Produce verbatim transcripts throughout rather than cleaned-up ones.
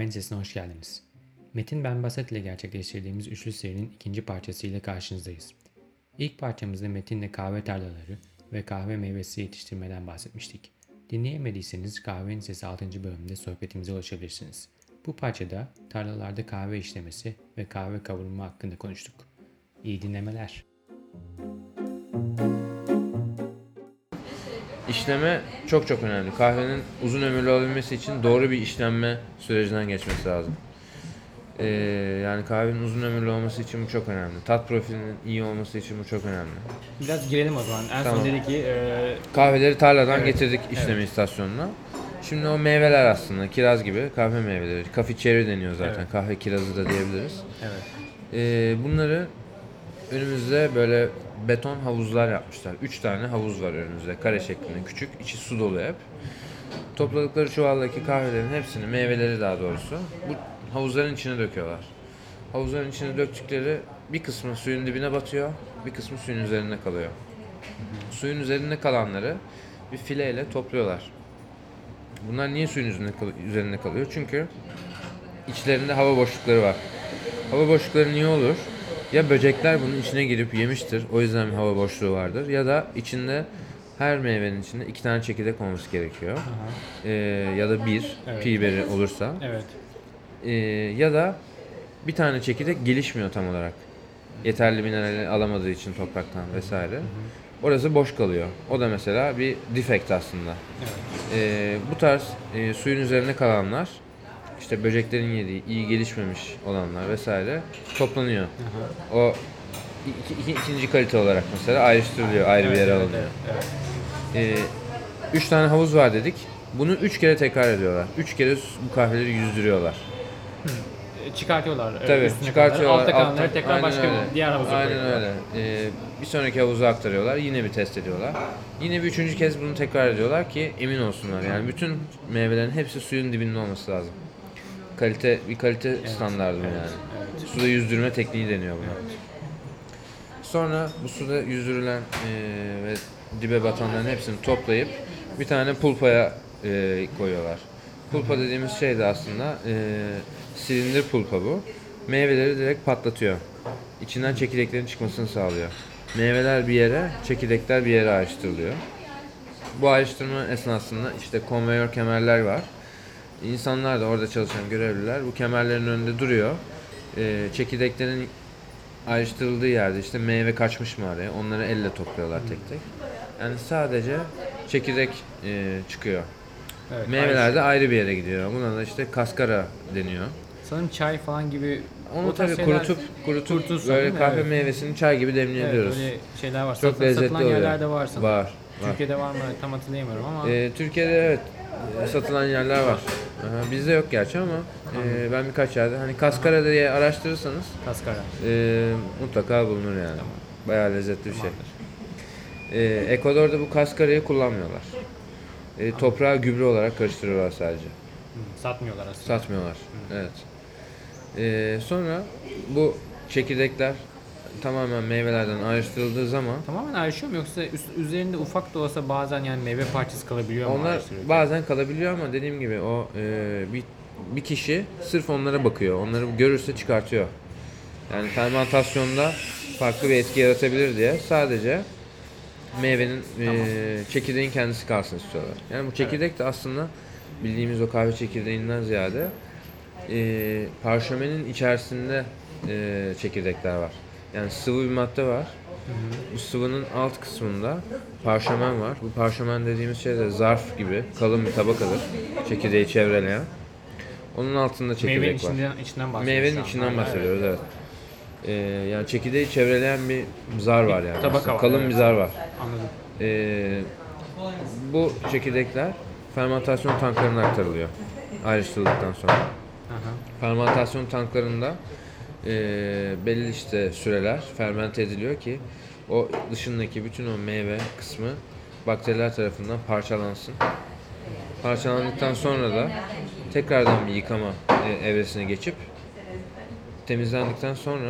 Kahvenin Sesi'ne hoş geldiniz. Metin Ben Basat ile gerçekleştirdiğimiz üçlü serinin ikinci parçasıyla karşınızdayız. İlk parçamızda Metin'le kahve tarlaları ve kahve meyvesi yetiştirmeden bahsetmiştik. Dinleyemediyseniz Kahvenin Sesi altıncı bölümünde sohbetimize ulaşabilirsiniz. Bu parçada tarlalarda kahve işlemesi ve kahve kavurma hakkında konuştuk. İyi dinlemeler. İşleme çok çok önemli. Kahvenin uzun ömürlü olabilmesi için doğru bir işlenme sürecinden geçmesi lazım. Ee, yani kahvenin uzun ömürlü olması için bu çok önemli. Tat profilinin iyi olması için bu çok önemli. Biraz girelim o zaman. En Tamam. son dedi ki... E... Kahveleri tarladan Evet. getirdik işleme Evet. istasyonuna. Şimdi o meyveler aslında kiraz gibi kahve meyveleri. Coffee cherry deniyor zaten. Evet. Kahve kirazı da diyebiliriz. Evet. Ee, bunları önümüzde böyle beton havuzlar yapmışlar. Üç tane havuz var önümüzde. Kare şeklinde küçük. İçi su dolu hep. Topladıkları çuvaldaki kahvelerin hepsini, meyveleri daha doğrusu, bu havuzların içine döküyorlar. Havuzların içine döktükleri bir kısmı suyun dibine batıyor, bir kısmı suyun üzerinde kalıyor. Suyun üzerinde kalanları bir fileyle topluyorlar. Bunlar niye suyun üzerinde, üzerinde kalıyor? Çünkü içlerinde hava boşlukları var. Hava boşlukları niye olur? Ya böcekler bunun içine girip yemiştir, o yüzden bir hava boşluğu vardır. Ya da içinde her meyvenin içinde iki tane çekirdek olması gerekiyor. Ee, ya da bir, Evet. pi biberi olursa. Evet. Ee, ya da bir tane çekirdek gelişmiyor tam olarak. Yeterli minerali alamadığı için topraktan vesaire. Orası boş kalıyor. O da mesela bir defekt aslında. Evet. Ee, bu tarz e, suyun üzerine kalanlar, işte böceklerin yediği, iyi gelişmemiş olanlar vesaire toplanıyor. Aha. O iki, iki, ikinci kalite olarak mesela ayrıştırılıyor, ayrı Evet, bir yere evet, alınıyor. evet, evet. Ee, üç tane havuz var dedik. Bunu üç kere tekrar ediyorlar. Üç kere bu kahveleri yüzdürüyorlar. Hı. Çıkartıyorlar. Tabii çıkartıyorlar. Altta kalanları Alttan, tekrar başka öyle. bir diğer havuza aynen koyuyorlar. öyle. Ee, bir sonraki havuza aktarıyorlar. Yine bir test ediyorlar. Yine bir üçüncü kez bunu tekrar ediyorlar ki emin olsunlar. Yani bütün meyvelerin hepsi suyun dibinde olması lazım. Kalite bir kalite Evet, standardı evet, yani. Evet. Suda yüzdürme tekniği deniyor buna. Evet. Sonra bu suda yüzdürülen e, ve dibe batanların hepsini toplayıp bir tane pulpaya e, koyuyorlar. Pulpa dediğimiz şey de aslında e, silindir pulpa bu. Meyveleri direkt patlatıyor. İçinden çekirdeklerin çıkmasını sağlıyor. Meyveler bir yere, çekirdekler bir yere ayrıştırılıyor. Bu ayrıştırma esnasında işte konveyör kemerler var. İnsanlar da orada çalışan görevliler bu kemerlerin önünde duruyor. E, çekirdeklerin ayrıştırıldığı yerde işte meyve kaçmış mı araya, onları elle topluyorlar tek tek. Yani sadece çekirdek e, çıkıyor. Evet, Meyveler de ayrı bir yere gidiyor. Buna da işte kaskara deniyor. Sanırım çay falan gibi Onu tabii kurutup kurutup böyle sanırım, kahve evet. meyvesini çay gibi demleyebiliyoruz. Evet, öyle şeyler var. Çok Satın, lezzetli satılan oluyor. yerlerde var sanırım. Var. var. Türkiye'de var mı tam hatırlayamıyorum ama. Ee, Türkiye'de evet e, satılan yerler var. Aha, bizde yok gerçi ama e, ben birkaç yerde hani kaskara diye araştırırsanız Kaskara. e, mutlaka bulunur yani. Tamam. Bayağı lezzetli bir şey. Tamamdır. Ee, Ekvador'da bu kaskarayı kullanmıyorlar. Ee, toprağa gübre olarak karıştırıyorlar sadece. Hı, satmıyorlar aslında. Satmıyorlar. Evet. Ee, sonra bu çekirdekler tamamen meyvelerden ayrıştırıldığı zaman Tamamen ayrışıyor mu yoksa üst, üzerinde ufak da olsa bazen yani meyve parçası kalabiliyor mu onlar ayrıştırırken? bazen kalabiliyor ama dediğim gibi o e, bir bir kişi sırf onlara bakıyor. Onları görürse çıkartıyor. Yani fermentasyonda farklı bir etki yaratabilir diye sadece meyvenin tamam. e, çekirdeğin kendisi kalsın istiyorlar. Yani bu çekirdek evet. de aslında bildiğimiz o kahve çekirdeğinden ziyade e, parşömenin içerisinde e, çekirdekler var. Yani sıvı bir madde var. Hı hı. Bu sıvının alt kısmında parşömen var. Bu parşömen dediğimiz şey de zarf gibi kalın bir tabakadır. Çekirdeği çevreleyen. Onun altında çekirdek Meyvenin var. Içinden, içinden bahsediyoruz. Meyvenin içinden bahsediyoruz evet. evet. Ee, yani çekirdeği çevreleyen bir zar var yani. Tabaka var, kalın evet. bir zar var. Anladım. Ee, bu çekirdekler fermentasyon tanklarına aktarılıyor ayrıştırıldıktan sonra. Aha. Fermentasyon tanklarında e, belli işte süreler fermente ediliyor ki o dışındaki bütün o meyve kısmı bakteriler tarafından parçalansın. Parçalandıktan sonra da tekrardan bir yıkama e, evresine geçip temizlendikten sonra hı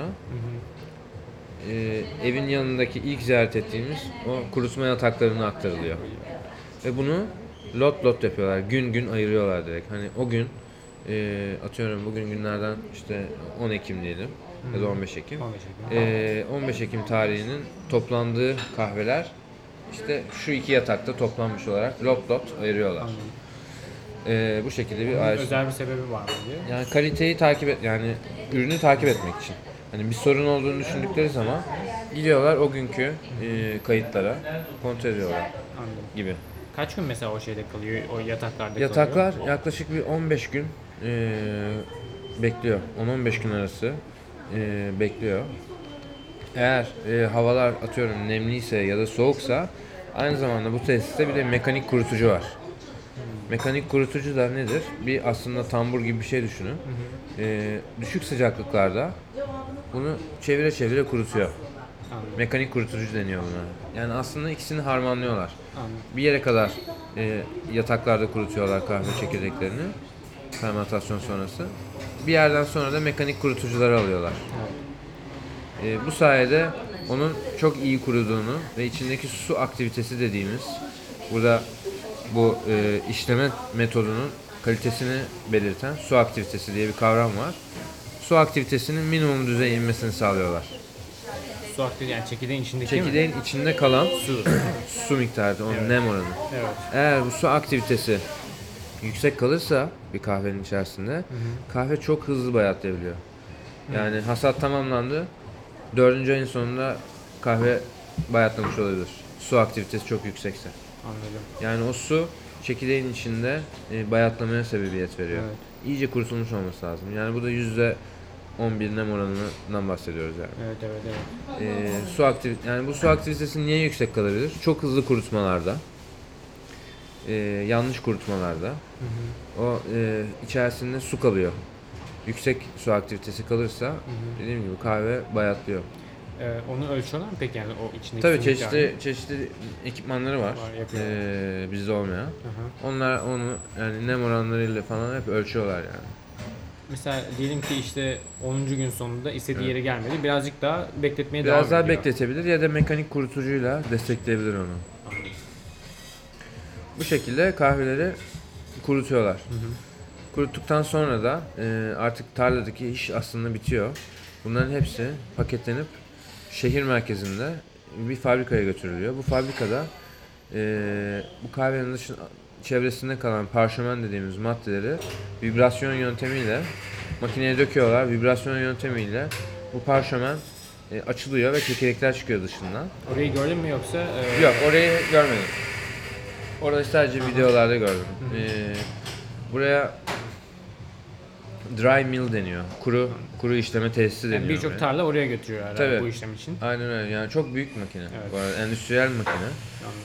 hı. E, evin yanındaki ilk ziyaret ettiğimiz o kurutma yataklarına aktarılıyor. Ve bunu lot lot yapıyorlar. Gün gün ayırıyorlar direkt. Hani o gün e, atıyorum bugün günlerden işte on Ekim diyelim ya da on beş Ekim. on beş Ekim. E, on beş Ekim tarihinin toplandığı kahveler işte şu iki yatakta toplanmış olarak lot lot ayırıyorlar. Anladım. E, bu şekilde bir Bunun ayrışım. özel bir sebebi var mı diye. Yani kaliteyi takip et, yani ürünü takip etmek için. Hani bir sorun olduğunu düşündükleri zaman gidiyorlar o günkü e, kayıtlara kontrol ediyorlar Anladım. gibi. Kaç gün mesela o şeyde kalıyor, o yataklarda kalıyor? Yataklar yaklaşık bir on beş gün e, bekliyor. on on beş gün arası e, bekliyor. Eğer e, havalar atıyorum nemliyse ya da soğuksa aynı zamanda bu tesiste bir de mekanik kurutucu var. Mekanik kurutucu da nedir? Bir aslında tambur gibi bir şey düşünün. E, düşük sıcaklıklarda bunu çevire çevire kurutuyor. Anladım. Mekanik kurutucu deniyor buna. Yani aslında ikisini harmanlıyorlar. Anladım. Bir yere kadar e, yataklarda kurutuyorlar kahve çekirdeklerini. Fermentasyon sonrası. Bir yerden sonra da mekanik kurutucuları alıyorlar. Evet. E, bu sayede onun çok iyi kuruduğunu ve içindeki su aktivitesi dediğimiz, burada bu e, işleme metodunun kalitesini belirten su aktivitesi diye bir kavram var. Su aktivitesinin minimum düzeye inmesini sağlıyorlar. Su aktif yani çekirdeğin içindeki mi? Çekirdeğin içinde kalan su, su miktarı, onun Evet. nem oranı. Evet. Eğer bu su aktivitesi yüksek kalırsa bir kahvenin içerisinde kahve çok hızlı bayatlayabiliyor. Yani hasat tamamlandı. Dördüncü ayın sonunda kahve bayatlamış olabilir. Su aktivitesi çok yüksekse. Anladım. Yani o su çekirdeğin içinde e, bayatlamaya sebebiyet veriyor. Evet. İyice kurutulmuş olması lazım. Yani bu da yüzde on bir nem oranından bahsediyoruz yani. Evet evet evet. Ee, su aktivit yani bu su aktivitesi niye yüksek kalabilir? Çok hızlı kurutmalarda, e, yanlış kurutmalarda, o e, içerisinde su kalıyor. Yüksek su aktivitesi kalırsa, dediğim gibi kahve bayatlıyor. Ee, onu ölçüyorlar mı peki yani o içindeki Tabii su çeşitli miktarını? çeşitli ekipmanları var. Var, yapıyor. Ee, bizde olmayan. Hı hı. Onlar onu yani nem oranlarıyla falan hep ölçüyorlar yani. Mesela diyelim ki işte onuncu gün sonunda istediği yere gelmedi. Birazcık daha bekletmeye Biraz devam daha ediyor. bekletebilir ya da mekanik kurutucuyla destekleyebilir onu. Anladım. Bu şekilde kahveleri kurutuyorlar. Kuruttuktan sonra da e, artık tarladaki iş aslında bitiyor. Bunların hepsi paketlenip şehir merkezinde bir fabrikaya götürülüyor. Bu fabrikada e, bu kahvenin dışında çevresinde kalan parşömen dediğimiz maddeleri vibrasyon yöntemiyle makineye döküyorlar. Vibrasyon yöntemiyle bu parşömen e, açılıyor ve çekirdekler çıkıyor dışından. Orayı gördün mü yoksa? e, Yok, orayı görmedim. Orada sadece videolarda gördüm. Ee, buraya dry mill deniyor. Kuru kuru işleme tesisi deniyor. Yani birçok buraya. tarla oraya götürüyor herhalde Tabii. bu işlem için. Aynen öyle. Yani çok büyük makine. Evet. Bu arada endüstriyel makine. Anladım.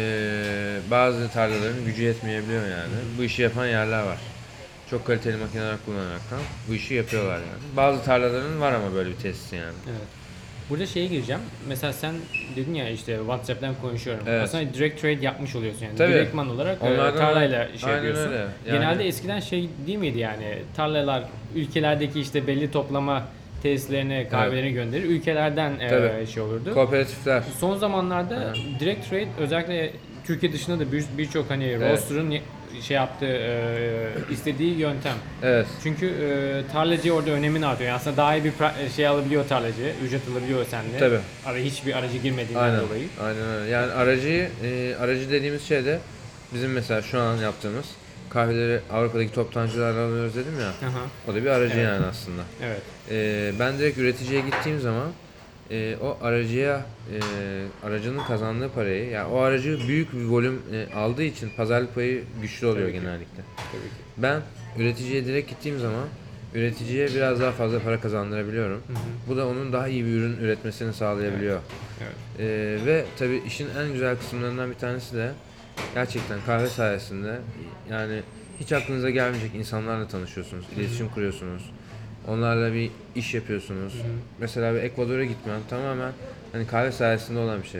Ee, bazı tarlaların gücü yetmeyebiliyor yani. Bu işi yapan yerler var. Çok kaliteli makineler kullanaraktan bu işi yapıyorlar yani. Bazı tarlaların var ama böyle bir tesisi yani. Evet. Burada şeye gireceğim. Mesela sen dedin ya işte WhatsApp'tan konuşuyorum. Evet. Aslında direct trade yapmış oluyorsun yani. Tabii. Direktman olarak e, Onlardan- tarlayla şey aynen yapıyorsun. öyle. Yani- Genelde eskiden şey değil miydi yani? Tarlalar ülkelerdeki işte belli toplama tesislerine kahvelerini gönderir. Ülkelerden e, Tabii. şey olurdu. Kooperatifler. Son zamanlarda direct trade özellikle Türkiye dışında da bir- birçok hani Evet. roaster'ın ye- şey yaptığı e, istediği yöntem. Evet. Çünkü e, tarlacı orada önemini artıyor. Yani aslında daha iyi bir pra- şey alabiliyor tarlacı, ücret alabiliyor sende. Tabii. Ara hiçbir aracı girmediğinden Aynen. dolayı. Aynen öyle. Yani aracı e, aracı dediğimiz şey de bizim mesela şu an yaptığımız kahveleri Avrupa'daki toptancılardan alıyoruz dedim ya. Aha. O da bir aracı Evet. yani aslında. Evet. E, ben direkt üreticiye gittiğim zaman e, o aracıya e, aracının kazandığı parayı, yani o aracı büyük bir volüm e, aldığı için pazarlık payı güçlü oluyor Tabii ki. genellikle. Tabii ki. Ben üreticiye direkt gittiğim zaman üreticiye biraz daha fazla para kazandırabiliyorum. Bu da onun daha iyi bir ürün üretmesini sağlayabiliyor. Evet. Ee, ve tabii işin en güzel kısımlarından bir tanesi de gerçekten kahve sayesinde yani hiç aklınıza gelmeyecek insanlarla tanışıyorsunuz, iletişim kuruyorsunuz. Onlarla bir iş yapıyorsunuz. Mesela bir Ekvador'a gitmem tamamen hani kahve sayesinde olan bir şey.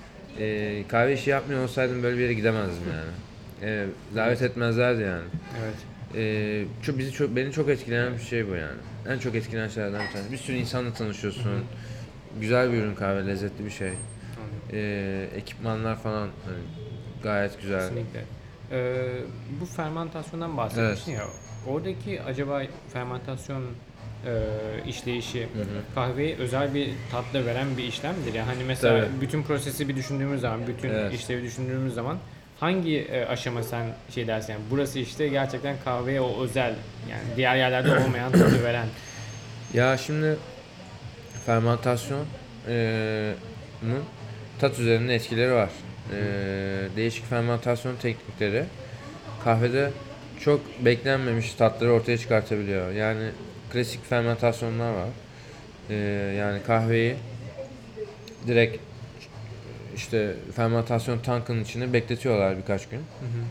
Ee, kahve işi yapmıyor olsaydım böyle bir yere gidemezdim yani. Ee, davet etmezlerdi yani. Evet. Ee, çok bizi çok beni çok etkileyen bir şey bu yani. En çok etkileyen şeylerden bir tanesi. Bir sürü insanla tanışıyorsun. Güzel bir ürün kahve, lezzetli bir şey. Anladım. Ee, ekipmanlar falan hani gayet güzel. Kesinlikle. Ee, bu fermentasyondan bahsetmiştin ya. Oradaki acaba fermentasyon e, işleyişi kahveye özel bir tatlı veren bir işlem midir? Yani hani mesela Tabii. bütün prosesi bir düşündüğümüz zaman, bütün Evet. işlevi düşündüğümüz zaman hangi e, aşama sen şey dersin yani burası işte gerçekten kahveye o özel yani diğer yerlerde olmayan tadı veren. Ya şimdi fermentasyon eee, nun tat üzerinde etkileri var. Eee, değişik fermentasyon teknikleri kahvede çok beklenmemiş tatları ortaya çıkartabiliyor. Yani klasik fermentasyonlar var. Eee, yani kahveyi direkt işte fermentasyon tankının içinde bekletiyorlar birkaç gün.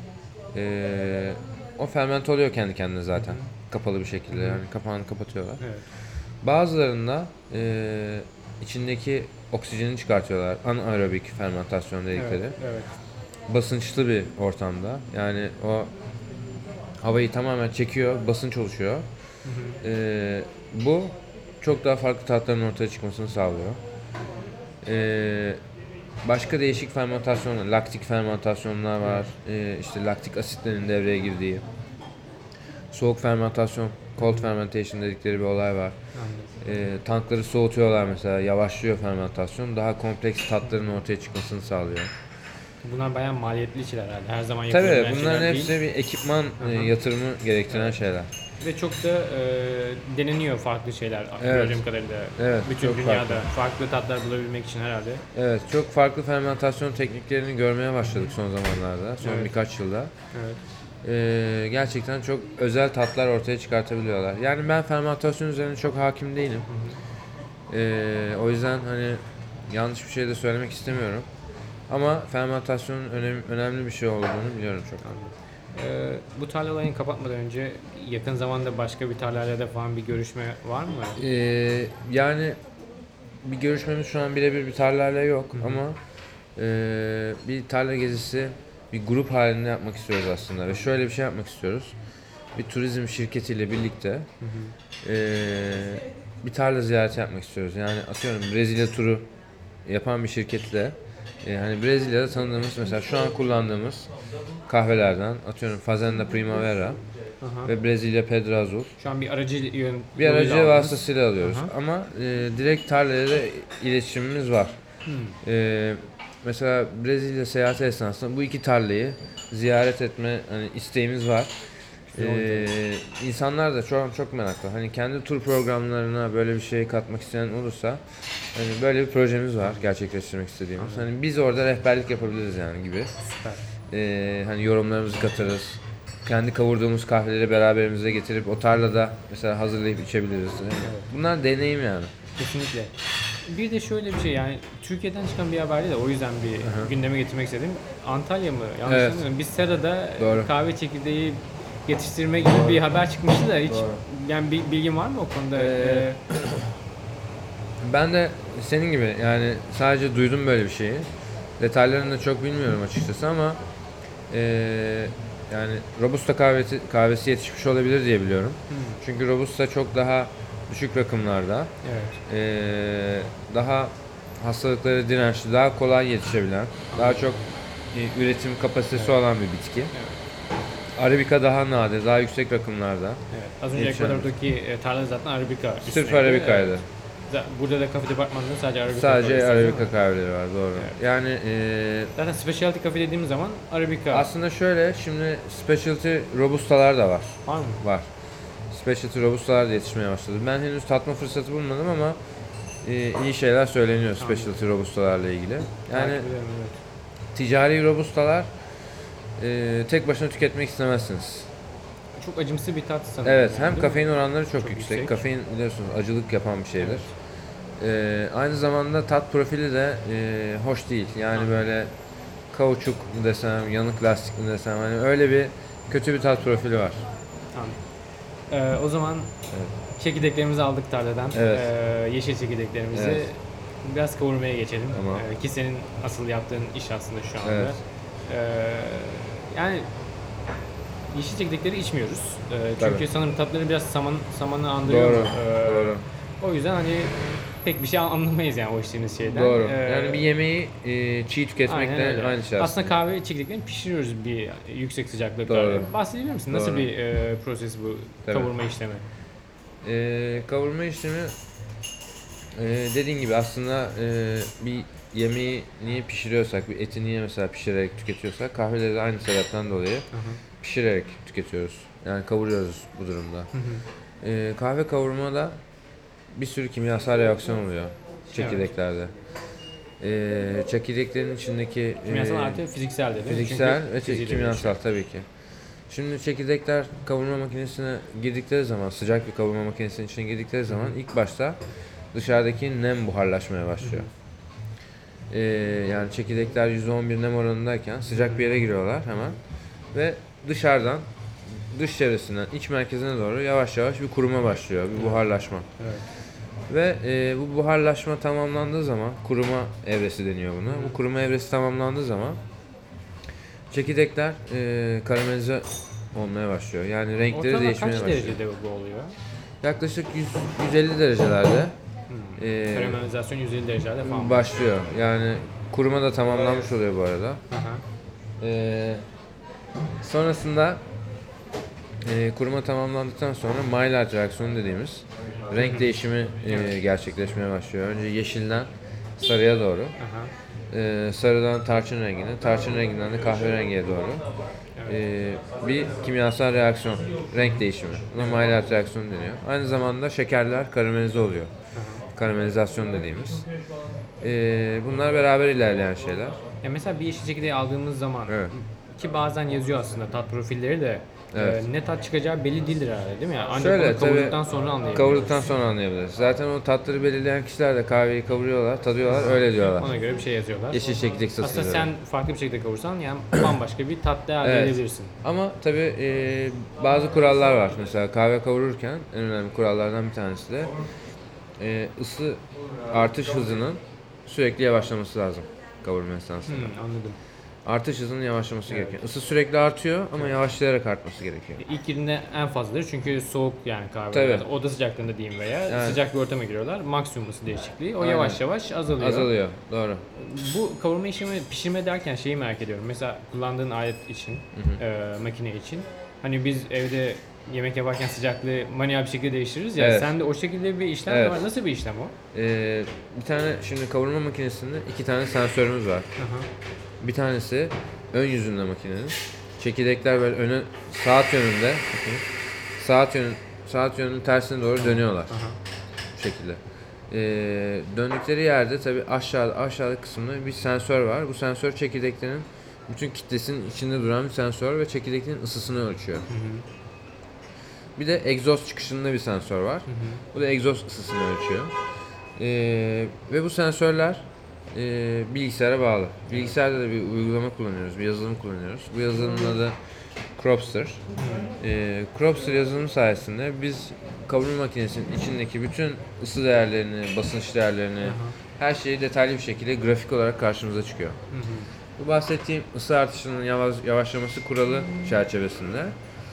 Eee, o fermente oluyor kendi kendine zaten. Kapalı bir şekilde yani kapağını kapatıyorlar. Evet. Bazılarında eee, içindeki oksijeni çıkartıyorlar. Anaerobik fermentasyon dedikleri. Evet. Evet. Basınçlı bir ortamda. Yani o havayı tamamen çekiyor, basınç oluşuyor. Eee, bu çok daha farklı tatların ortaya çıkmasını sağlıyor. Eee, başka değişik fermentasyonlar, laktik fermentasyonlar var. Eee, işte laktik asitlerin devreye girdiği. Soğuk fermentasyon, cold fermentation dedikleri bir olay var. Anladım. E, tankları soğutuyorlar mesela, yavaşlıyor fermentasyon, daha kompleks tatların ortaya çıkmasını sağlıyor. Bunlar bayağı maliyetli şeyler herhalde. Her zaman Tabii yapılabilen bunların şeyler hepsi değil. bir ekipman e, yatırımı gerektiren şeyler. Ve çok da e, deneniyor farklı şeyler Evet. gördüğüm kadarıyla. Evet, Bütün çok dünyada farklı. farklı tatlar bulabilmek için herhalde. Evet, çok farklı fermentasyon tekniklerini görmeye başladık son zamanlarda, son Evet. birkaç yılda. Evet. E, gerçekten çok özel tatlar ortaya çıkartabiliyorlar. Yani ben fermentasyon üzerine çok hakim değilim. E, o yüzden hani yanlış bir şey de söylemek istemiyorum. Ama fermentasyonun önem, önemli bir şey olduğunu biliyorum çok. Ee, bu tarla olayını kapatmadan önce yakın zamanda başka bir tarlayla da falan bir görüşme var mı? Ee, yani bir görüşmemiz şu an birebir bir tarlayla yok ama e, bir tarla gezisi bir grup halinde yapmak istiyoruz aslında ve şöyle bir şey yapmak istiyoruz. Bir turizm şirketiyle birlikte e, bir tarla ziyareti yapmak istiyoruz. Yani atıyorum Brezilya turu yapan bir şirketle e, hani Brezilya'da tanıdığımız mesela şu an kullandığımız kahvelerden atıyorum Fazenda Primavera Aha. ve Brezilya Pedro Azul. Şu an bir aracı yön Bir yoluyla aracı aldınız. vasıtasıyla alıyoruz Aha. ama e, direkt tarlayla iletişimimiz var. E, mesela Brezilya seyahati esnasında bu iki tarlayı ziyaret etme hani isteğimiz var. E, insanlar da şu an çok meraklı. Hani kendi tur programlarına böyle bir şey katmak isteyen olursa hani böyle bir projemiz var gerçekleştirmek istediğimiz. Hani biz orada rehberlik yapabiliriz yani gibi. Süper. E, hani yorumlarımızı katarız. Kendi kavurduğumuz kahveleri beraberimize getirip o tarlada mesela hazırlayıp içebiliriz. Bunlar deneyim yani. Kesinlikle. Bir de şöyle bir şey yani Türkiye'den çıkan bir haberdi de o yüzden bir gündeme getirmek istedim. Antalya mı? Yanlış Evet. hatırlamıyorum. Bir serada Doğru. kahve çekirdeği yetiştirme gibi bir haber çıkmıştı da hiç Doğru. yani bir bilgin var mı o konuda? Ee, Ee, Ben de senin gibi yani sadece duydum böyle bir şeyi. Detaylarını da çok bilmiyorum açıkçası ama eee, yani Robusta kahvesi, kahvesi yetişmiş olabilir diye biliyorum. Çünkü Robusta çok daha düşük rakımlarda, evet. eee, daha hastalıklara dirençli, daha kolay yetişebilen, daha çok e, üretim kapasitesi olan bir bitki. Arabica daha nadir, daha yüksek rakımlarda. Evet. Az önce Yetişen- Ekvador'daki e, tarla zaten Arabica. Sırf üstüneydi. Arabica'ydı. Evet. Z- Burada da kafe departmanında sadece Arabica. Sadece kahvesi, değil mi? Arabica kahveleri var, doğru. Evet. Yani eee Zaten specialty kafe dediğimiz zaman Arabica aslında şöyle, şimdi specialty robustalar da var. var mı? Var. Specialty robustalar da yetişmeye başladı. Ben henüz tatma fırsatı bulmadım ama e, iyi şeyler söyleniyor specialty robustalarla ilgili. Yani Takip ederim, evet. ticari robustalar e, tek başına tüketmek istemezsiniz. Çok acımsı bir tat sanırım. Evet, yani, hem değil kafein mi? oranları çok, Çok yüksek. yüksek. Kafein biliyorsunuz acılık yapan bir şeydir. E, aynı zamanda tat profili de e, hoş değil. Yani Anladım. böyle kauçuk mu desem, yanık lastik mi desem, hani öyle bir kötü bir tat profili var. Tamam. Ee, o zaman çekirdeklerimizi aldık tarladan. Evet. Ee, yeşil çekirdeklerimizi Evet. biraz kavurmaya geçelim. Tamam. Ee, ki senin asıl yaptığın iş aslında şu anda. Evet. Ee, yani yeşil çekirdekleri içmiyoruz. Ee, çünkü Tabii. sanırım tatları biraz saman samanı andırıyor. Doğru, Ee, doğru. O yüzden hani pek bir şey anlamayız yani o içtiğimiz şeyden. Doğru. Ee, Yani bir yemeği e, çiğ tüketmekle aynen öyle. aynı şey aslında. Aslında kahve çekirdeklerini pişiriyoruz bir yüksek sıcaklıklarda. Doğru. Bahsedebilir misin? Nasıl Doğru. bir e, proses bu Tabii. kavurma işlemi? E, kavurma işlemi e, dediğin gibi aslında e, bir yemeği niye pişiriyorsak, bir eti niye mesela pişirerek tüketiyorsak kahveleri de aynı sebepten dolayı Hı hı. pişirerek tüketiyoruz. Yani kavuruyoruz bu durumda. Hı hı. E, kahve kavurmada bir sürü kimyasal reaksiyon oluyor çekirdeklerde. E, çekirdeklerin içindeki Kimyasal e, artı fiziksel dedi. fiziksel Çünkü ve fiziği de kimyasal değişiyor. tabii ki. Şimdi çekirdekler kavurma makinesine girdikleri zaman, sıcak bir kavurma makinesinin içine girdikleri zaman ilk başta dışarıdaki nem buharlaşmaya başlıyor. Ee, yani çekirdekler yüzde on bir nem oranındayken sıcak bir yere giriyorlar hemen ve dışarıdan, dış çevresinden iç merkezine doğru yavaş yavaş bir kuruma başlıyor, bir buharlaşma. Evet. Ve e, bu buharlaşma tamamlandığı zaman, kuruma evresi deniyor buna. Bu kuruma evresi tamamlandığı zaman çekirdekler e, karamelize olmaya başlıyor. Yani renkleri Ortalama değişmeye kaç başlıyor. derecede bu oluyor? Yaklaşık yüz yüz elli derecelerde Hmm. e, Karamelizasyon yüz elli derecelerde falan. başlıyor. Yani kuruma da tamamlanmış oluyor bu arada. Aha. E, sonrasında e, kuruma tamamlandıktan sonra Maillard reaksiyonu dediğimiz renk değişimi e, gerçekleşmeye başlıyor. Önce yeşilden sarıya doğru. Aha. Ee, sarıdan tarçın rengine, tarçın renginden de kahverengiye doğru ee, bir kimyasal reaksiyon, renk değişimi. Buna Maillard reaksiyonu deniyor. Aynı zamanda şekerler karamelize oluyor. Karamelizasyon dediğimiz. Ee, bunlar beraber ilerleyen şeyler. Ya mesela bir yeşil çekirdeği aldığımız zaman Evet. ki bazen yazıyor aslında tat profilleri de Evet. e, ne tat çıkacağı belli değildir herhalde değil mi? Yani ancak Şöyle, onu kavurduktan tabii, sonra anlayabiliyoruz. Kavurduktan sonra anlayabiliriz. Zaten o tatları belirleyen kişiler de kahveyi kavuruyorlar, tadıyorlar, öyle diyorlar. Ona göre bir şey yazıyorlar. Yeşil çekirdek Aslında satılıyor. sen farklı bir şekilde kavursan yani bambaşka bir tat elde Evet. edebilirsin. Ama tabii e, bazı kurallar var. Mesela kahve kavururken en önemli kurallardan bir tanesi de e, ısı artış hızının sürekli yavaşlaması lazım kavurma esnasında. Hmm, anladım. Artış hızının yavaşlaması gerekiyor. Isı sürekli artıyor ama yavaşlayarak artması gerekiyor. İlk girdiğinde en fazladır çünkü soğuk yani kahve. Tabii. Yani oda sıcaklığında diyeyim veya Yani- sıcak bir ortama giriyorlar. Maksimum ısı değişikliği. O Aynen. yavaş yavaş azalıyor. Azalıyor. Doğru. Bu kavurma işlemi pişirme derken şeyi merak ediyorum. Mesela kullandığın alet için, e, makine için. Hani biz evde yemek yaparken sıcaklığı manuel bir şekilde değiştiririz ya. Evet. Sen de o şekilde bir işlem Evet. var. Nasıl bir işlem o? Ee, bir tane şimdi kavurma makinesinde iki tane sensörümüz var. Aha. Bir tanesi ön yüzünde makinenin. Çekirdekler böyle öne saat yönünde. Saat yönün saat yönünün tersine doğru dönüyorlar. Aha. Bu şekilde. Ee, döndükleri yerde tabi aşağı aşağıdaki kısımda bir sensör var. Bu sensör çekirdeklerin bütün kitlesinin içinde duran bir sensör ve çekirdeklerin ısısını ölçüyor. Hı hı. Bir de egzoz çıkışında bir sensör var. Hı hı. Bu da egzoz ısısını ölçüyor. Ee, ve bu sensörler e, bilgisayara bağlı. Bilgisayarda da bir uygulama kullanıyoruz, bir yazılım kullanıyoruz. Bu yazılımın adı Cropster. Ee, Cropster yazılım sayesinde biz kavurma makinesinin içindeki bütün ısı değerlerini, basınç değerlerini, her şeyi detaylı bir şekilde grafik olarak karşımıza çıkıyor. Hı hı. Bu bahsettiğim ısı artışının yavaş, yavaşlaması kuralı çerçevesinde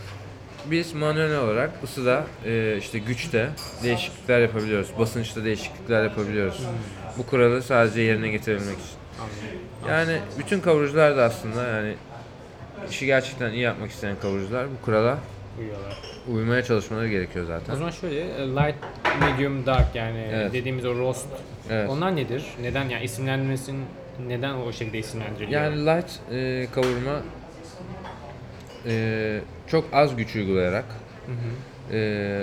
biz manuel olarak ısıda, e, işte güçte değişiklikler yapabiliyoruz, basınçta değişiklikler yapabiliyoruz. Bu kuralı sadece yerine getirebilmek için. Anladım. Yani bütün kavurucular da aslında yani işi gerçekten iyi yapmak isteyen kavurucular bu kurala Uyuyorlar. uymaya çalışmaları gerekiyor zaten. O zaman şöyle e, light, medium, dark yani Evet. dediğimiz o roast. Evet. Onlar nedir? Neden yani isimlendirmesin neden o şekilde isimlendiriliyor? Yani light e, kavurma e, çok az güç uygulayarak Hı hı. e,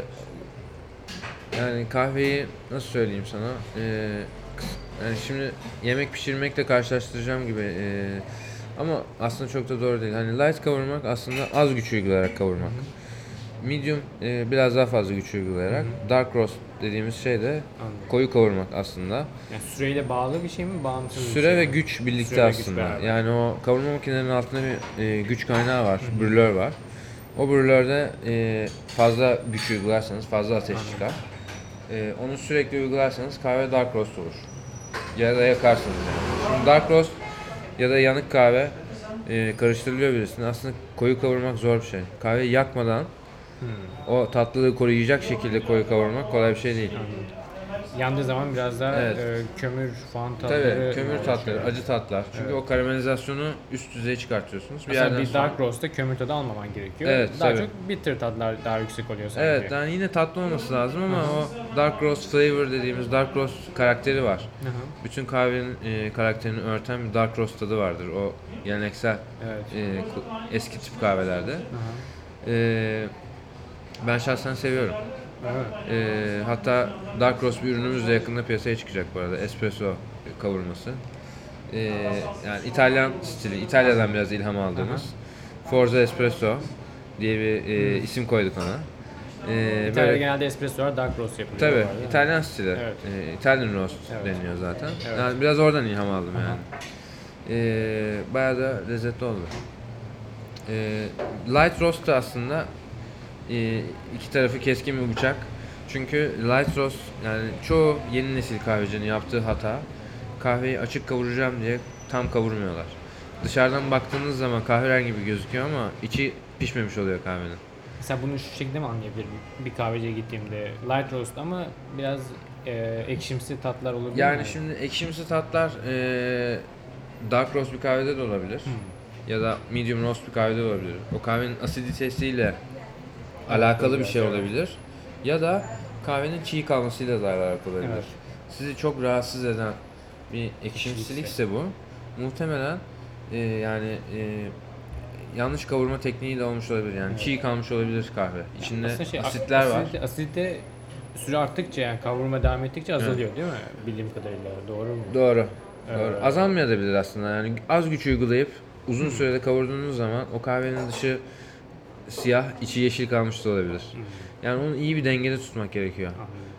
yani kahveyi nasıl söyleyeyim sana e, kıs- yani şimdi yemek pişirmekle karşılaştıracağım gibi e, ama aslında çok da doğru değil. Hani light kavurmak aslında az güç uygulayarak kavurmak. Medium e, biraz daha fazla güç uygulayarak. Dark roast dediğimiz şey de Anladım. koyu kavurmak aslında. Yani süreyle bağlı bir şey mi, bağımsız bir Süre şey ve mi? güç birlikte Süre ve güç aslında. beraber. Yani o kavurma makinelerinin altında bir e, güç kaynağı var, brülör var. O brülörde e, fazla güç uygularsanız fazla ateş çıkar. E, onu sürekli uygularsanız kahve dark roast olur. Ya da yakarsınız yani. Şimdi dark roast ya da yanık kahve e, karıştırılıyor birisine. Aslında koyu kavurmak zor bir şey. Kahveyi yakmadan Hmm. o tatlılığı koruyacak şekilde koyu kavurmak kolay bir şey değil. Yandığı zaman biraz daha Evet. e, kömür falan tatları. Tabii kömür tatları, oluşuyor. acı tatlar. Çünkü Evet. o karamelizasyonu üst düzeye çıkartıyorsunuz. Bir Mesela yerden bir sonra. dark roast'ta kömür tadı almaman gerekiyor. Evet, Daha tabii. çok bitter tatlar daha yüksek oluyor sanki. Evet, yani yine tatlı olması lazım ama o dark roast flavor dediğimiz dark roast karakteri var. Hı hı. Bütün kahvenin e, karakterini örten bir dark roast tadı vardır. O geleneksel Evet. e, ku- eski tip kahvelerde. Hı hı. E, ben şahsen seviyorum. Evet. E, hatta dark roast bir ürünümüz de yakında piyasaya çıkacak bu arada. Espresso kavurması. E, yani İtalyan stili, İtalya'dan biraz ilham aldığımız. Forza Espresso diye bir e, isim koyduk ona. E, İtalya'da böyle genelde espressolar dark roast yapılıyor. tabii bu arada. İtalyan stili. Evet. E, Italian roast Evet. deniyor zaten. Evet. Yani biraz oradan ilham aldım yani. E, bayağı da lezzetli oldu. E, light roast da aslında e, iki tarafı keskin bir bıçak. Çünkü light roast yani çoğu yeni nesil kahvecinin yaptığı hata kahveyi açık kavuracağım diye tam kavurmuyorlar. Dışarıdan baktığınız zaman kahverengi gibi gözüküyor ama içi pişmemiş oluyor kahvenin. Mesela bunu şu şekilde mi anlayabilirim? Bir kahveciye gittiğimde light roast ama biraz e, ekşimsi tatlar olabilir mi? Yani şimdi ekşimsi tatlar e, dark roast bir kahvede de olabilir. Ya da medium roast bir kahvede de olabilir. O kahvenin asiditesiyle alakalı bir şey evet. olabilir. Ya da kahvenin çiğ kalmasıyla da alakalı olabilir. Evet. Sizi çok rahatsız eden bir ekşimsilikse bu muhtemelen e, yani e, yanlış kavurma tekniği de olmuş olabilir. Yani Evet. çiğ kalmış olabilir kahve. İçinde Aslında şey, asitler var. asidite, asidite süre arttıkça yani kavurma devam ettikçe azalıyor değil mi? Bildiğim kadarıyla. Doğru mu? Doğru. Ee, Doğru. Azalmayabilir aslında. Yani az güç uygulayıp uzun sürede kavurduğunuz zaman o kahvenin dışı siyah, içi yeşil kalmış da olabilir. Yani onu iyi bir dengede tutmak gerekiyor.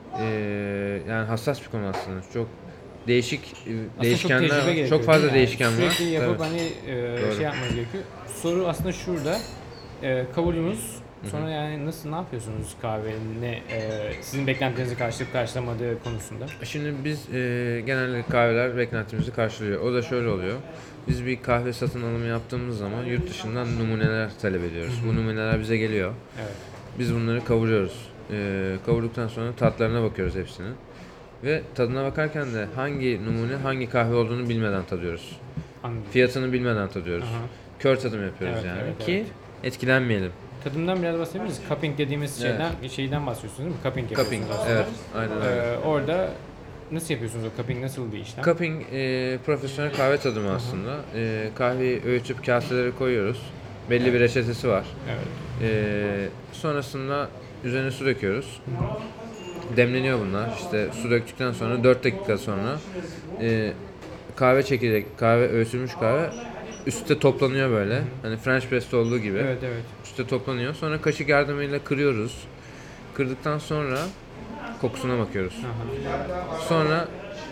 Ee, yani hassas bir konu aslında. Çok değişik e, değişkenler çok, tecrübe var. gerekiyor, Çok fazla değil mi? değişken Yani var. Sürekli yapıp Tabii. hani e, Doğru. şey yapmanız gerekiyor. Soru aslında şurada. E, kavurdunuz. Sonra yani nasıl ne yapıyorsunuz kahvenin ne e, sizin beklentinizi karşılayıp karşılamadığı konusunda? Şimdi biz e, genellikle kahveler beklentimizi karşılıyor. O da şöyle oluyor. Biz bir kahve satın alımı yaptığımız zaman yurt dışından numuneler talep ediyoruz. Bu numuneler bize geliyor. Evet. Biz bunları kavuruyoruz. E, kavurduktan sonra tatlarına bakıyoruz hepsinin. Ve tadına bakarken de hangi numune hangi kahve olduğunu bilmeden tadıyoruz. Anladım. Fiyatını bilmeden tadıyoruz. Aha. Kör tadım yapıyoruz Evet, yani evet, ki evet. etkilenmeyelim. Tadımdan biraz bahsedebilir miyiz? Cupping dediğimiz Evet. şeyden şeyden bahsediyorsunuz değil mi? Cupping Cupping, yapıyorsunuz aslında. evet, aynen öyle. Ee, orada nasıl yapıyorsunuz o cupping nasıl bir işlem? Cupping e, profesyonel kahve tadımı aslında. E, kahveyi öğütüp kaselere koyuyoruz. Belli bir reçetesi var. Evet. E, sonrasında üzerine su döküyoruz. Demleniyor bunlar. İşte su döktükten sonra dört dakika sonra e, kahve çekirdek, kahve öğütülmüş kahve üstte toplanıyor böyle. Hani French press'te olduğu gibi. Evet, evet. Üstte toplanıyor. Sonra kaşık yardımıyla kırıyoruz. Kırdıktan sonra kokusuna bakıyoruz. Aha. Sonra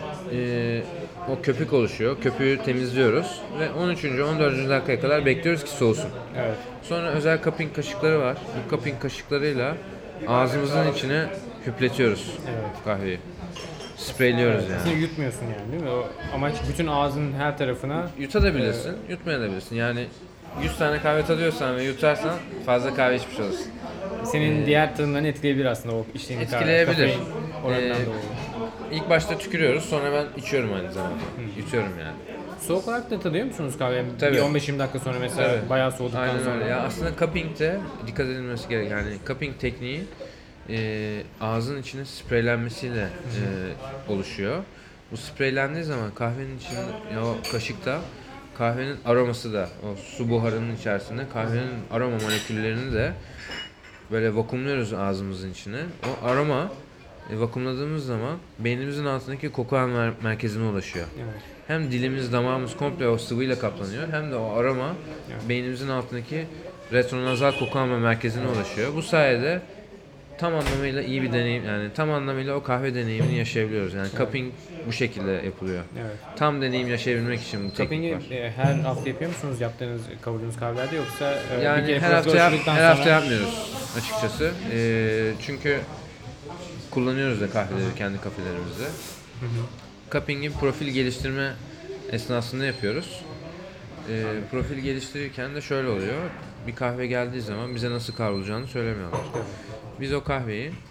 e, o köpük oluşuyor. Köpüğü temizliyoruz ve on üçüncü on dördüncü dakikaya kadar bekliyoruz ki soğusun. Evet. Sonra özel cupping kaşıkları var. Bu cupping kaşıklarıyla ağzımızın içine hüpletiyoruz Evet. kahveyi. Spreyliyoruz yani. Aslında yutmuyorsun yani değil mi? O amaç bütün ağzının her tarafına Yutabilirsin, yutmayabilirsin. Yani yüz tane kahve tadıyorsan ve yutarsan fazla kahve içmiş olursun. senin diğer tadımlarını etkileyebilir aslında o içtiğin Etkileyebilir. kafein oranından Ee, dolayı. İlk başta tükürüyoruz, sonra ben içiyorum aynı zamanda. Yutuyorum yani. Soğuk olarak da tadıyor musunuz kahveyi? Tabii. Bir on beş yirmi dakika sonra mesela Tabii. bayağı soğuduktan Aynen sonra. öyle. Ya aslında cupping'de dikkat edilmesi gereken yani cupping tekniği e, ağzın içine spreylenmesiyle e, oluşuyor. Bu spreylendiği zaman kahvenin içinde ya o kaşıkta kahvenin aroması da o su buharının içerisinde kahvenin aroma moleküllerini de böyle vakumluyoruz ağzımızın içine. O aroma e, vakumladığımız zaman beynimizin altındaki koku alma merkezine ulaşıyor. Evet. Hem dilimiz, damağımız komple o sıvıyla kaplanıyor hem de o aroma Evet. beynimizin altındaki retronazal koku alma merkezine ulaşıyor. Bu sayede tam anlamıyla iyi bir deneyim yani tam anlamıyla o kahve deneyimini yaşayabiliyoruz. Yani cupping bu şekilde yapılıyor. Evet. Tam deneyim yaşayabilmek için bu teknik Cupping'i var. e, her hafta yapıyor musunuz yaptığınız, kavurduğunuz kahvelerde yoksa e, bir Yani kere her hafta yap, profesyonelikten her sonra- hafta yapmıyoruz açıkçası. Ee, çünkü kullanıyoruz da kahveleri kendi kafelerimizde. Cupping'i profil geliştirme esnasında yapıyoruz. Ee, profil geliştirirken de şöyle oluyor. Bir kahve geldiği zaman bize nasıl kavrulacağını söylemiyorlar. Biz o kahveyi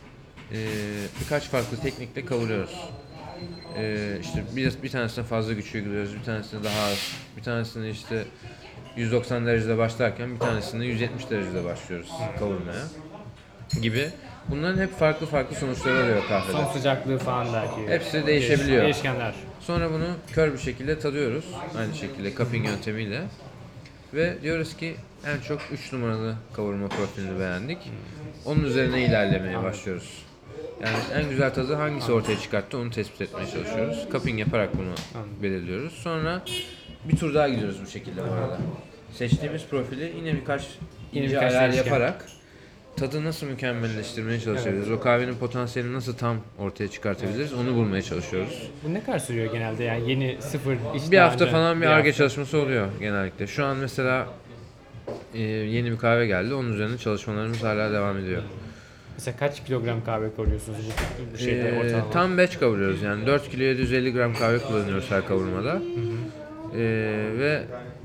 e, birkaç farklı teknikle kavuruyoruz. E, işte bir, bir tanesine fazla güç uyguluyoruz, bir tanesine daha az, bir tanesini işte yüz doksan derecede başlarken bir tanesinde yüz yetmiş derecede başlıyoruz kavurmaya gibi. Bunların hep farklı farklı sonuçları oluyor kahvede. Son sıcaklığı falan belki. Hepsi değişebiliyor. Değişkenler. Sonra bunu kör bir şekilde tadıyoruz. Aynı şekilde cupping yöntemiyle. Ve diyoruz ki en çok üç numaralı kavurma profilini beğendik. Onun üzerine ilerlemeye başlıyoruz. Yani en güzel tadı hangisi ortaya çıkarttı onu tespit etmeye çalışıyoruz. Cupping yaparak bunu belirliyoruz. Sonra bir tur daha gidiyoruz bu şekilde bu arada. Seçtiğimiz profili yine birkaç Yine ince birkaç ayar değişken. yaparak tadı nasıl mükemmelleştirmeye çalışabiliriz? O kahvenin potansiyelini nasıl tam ortaya çıkartabiliriz? Onu bulmaya çalışıyoruz. Bu ne kadar sürüyor genelde yani yeni sıfır iş Bir daha hafta önce- falan bir bir Ar-Ge hafta. çalışması oluyor genellikle. Şu an mesela e, yeni bir kahve geldi. Onun üzerine çalışmalarımız hala devam ediyor. Mesela kaç kilogram kahve koruyorsunuz bu, bu şeyde Ee, ortalama? tam batch kavuruyoruz yani dört kilo yedi yüz elli gram kahve kullanıyoruz her kavurmada. Ee, ve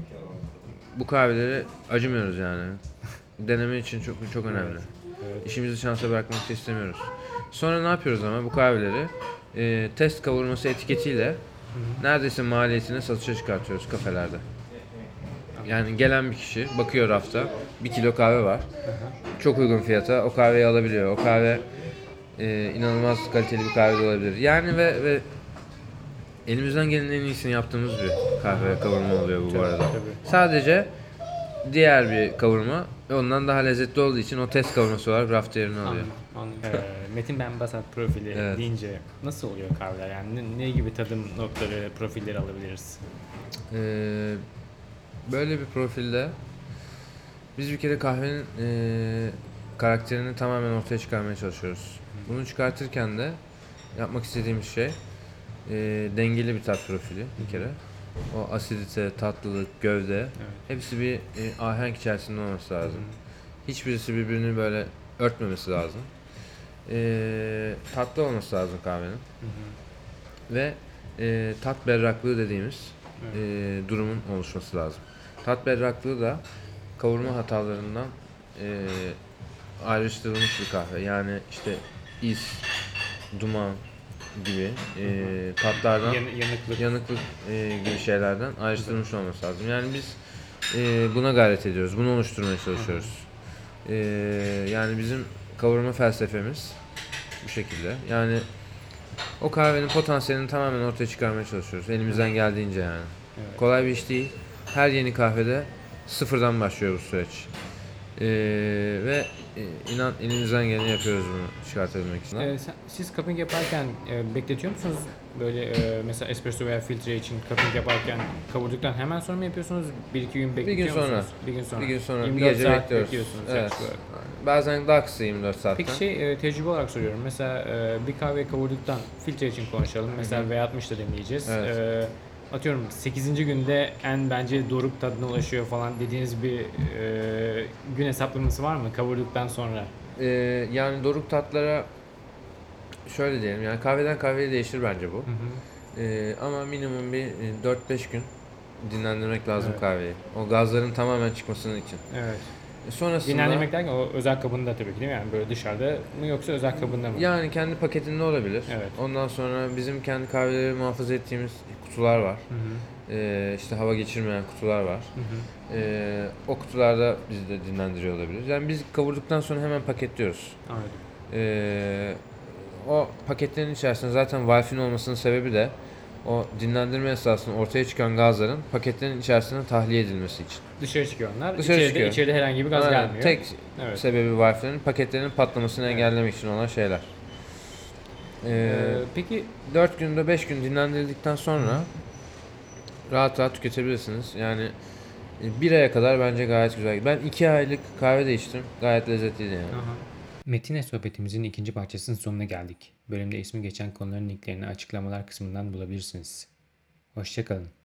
bu kahveleri acımıyoruz yani. Deneme için çok çok önemli. Evet. İşimizi şansa bırakmak da istemiyoruz. Sonra ne yapıyoruz ama bu kahveleri e, test kavurması etiketiyle neredeyse maliyetine satışa çıkartıyoruz kafelerde. Yani gelen bir kişi bakıyor rafta bir kilo kahve var. Çok uygun fiyata o kahveyi alabiliyor. O kahve e, inanılmaz kaliteli bir kahve de olabilir. Yani ve, ve elimizden gelenin en iyisini yaptığımız bir kahve kavurma oluyor bu, bu arada. tabii. Sadece diğer bir kavurma ondan daha lezzetli olduğu için o test kavurması olarak rafta yerini alıyor. Anladım, anladım. Ee, Metin Ben Basat profili Evet. deyince nasıl oluyor kahveler? Yani ne, ne gibi tadım notları, profilleri alabiliriz? Ee, böyle bir profilde biz bir kere kahvenin e, karakterini tamamen ortaya çıkarmaya çalışıyoruz. Bunu çıkartırken de yapmak istediğimiz şey e, dengeli bir tat profili bir kere. O asidite, tatlılık, gövde Evet. hepsi bir e, ahenk içerisinde olması lazım. Hiçbirisi birbirini böyle örtmemesi lazım. E, tatlı olması lazım kahvenin. Ve e, tat berraklığı dediğimiz e, durumun oluşması lazım. Tat berraklığı da kavurma hatalarından e, ayrıştırılmış bir kahve. Yani işte is, duman gibi e, tatlardan, Yan, yanıklık. yanıklık e, gibi şeylerden ayrıştırılmış olması lazım. Yani biz e, buna gayret ediyoruz, bunu oluşturmaya çalışıyoruz. E, yani bizim kavurma felsefemiz bu şekilde. Yani o kahvenin potansiyelini tamamen ortaya çıkarmaya çalışıyoruz. Elimizden geldiğince yani. Evet. Kolay bir iş değil. Her yeni kahvede sıfırdan başlıyor bu süreç. Ee, ve e, inan elimizden geleni yapıyoruz bunu çıkartabilmek için. Ee, sen- siz cupping yaparken e, bekletiyor musunuz? Böyle e, mesela espresso veya filtre için cupping yaparken kavurduktan hemen sonra mı yapıyorsunuz? Bir iki gün Bir bekletiyor gün sonra. musunuz? Bir gün sonra. Bir gün sonra bir yirmi dört gece saat bekliyoruz. bekliyorsunuz Evet. yaklaşık olarak. Bazen daha kısa yirmi dört saatten. Peki şey e, tecrübe olarak soruyorum. Mesela e, bir kahve kavurduktan filtre için konuşalım. Mesela V altmışta demleyeceğiz. Evet. E, atıyorum sekizinci günde en bence doruk tadına ulaşıyor falan dediğiniz bir e, gün hesaplaması var mı kavurduktan sonra? Ee, yani doruk tatlara şöyle diyelim yani kahveden kahveye değişir bence bu. Ee, ama minimum bir e, dört beş gün dinlendirmek lazım Evet. kahveyi. O gazların tamamen çıkmasının için. Evet. E, Sonrasında Dinlendirmek derken o özel kabında tabii ki değil mi? Yani böyle dışarıda mı yoksa özel kabında mı? yani kendi paketinde olabilir. Evet. Ondan sonra bizim kendi kahveleri muhafaza ettiğimiz kutular var. Hı hı. Ee, işte hava geçirmeyen kutular var. Hı hı. Ee, o kutularda bizi de dinlendiriyor olabiliriz. Yani biz kavurduktan sonra hemen paketliyoruz. Anladım. Ee, o paketlerin içerisinde zaten valfin olmasının sebebi de o dinlendirme esnasında ortaya çıkan gazların paketlerin içerisine tahliye edilmesi için. Dışarı çıkıyor onlar. Dışarı içeride, çıkıyor. içeride herhangi bir gaz Aynen, gelmiyor. tek Evet. sebebi valflerin paketlerin patlamasını Evet. engellemek için olan şeyler. Ee, Ee, peki dört günde beş gün dinlendirildikten sonra rahat rahat tüketebilirsiniz. Yani e, bir aya kadar bence gayet güzel. Ben iki aylık kahve de içtim. Gayet lezzetliydi yani. Aha. Metin'le sohbetimizin ikinci parçasının sonuna geldik. Bölümde ismi geçen konuların linklerini açıklamalar kısmından bulabilirsiniz. Hoşçakalın.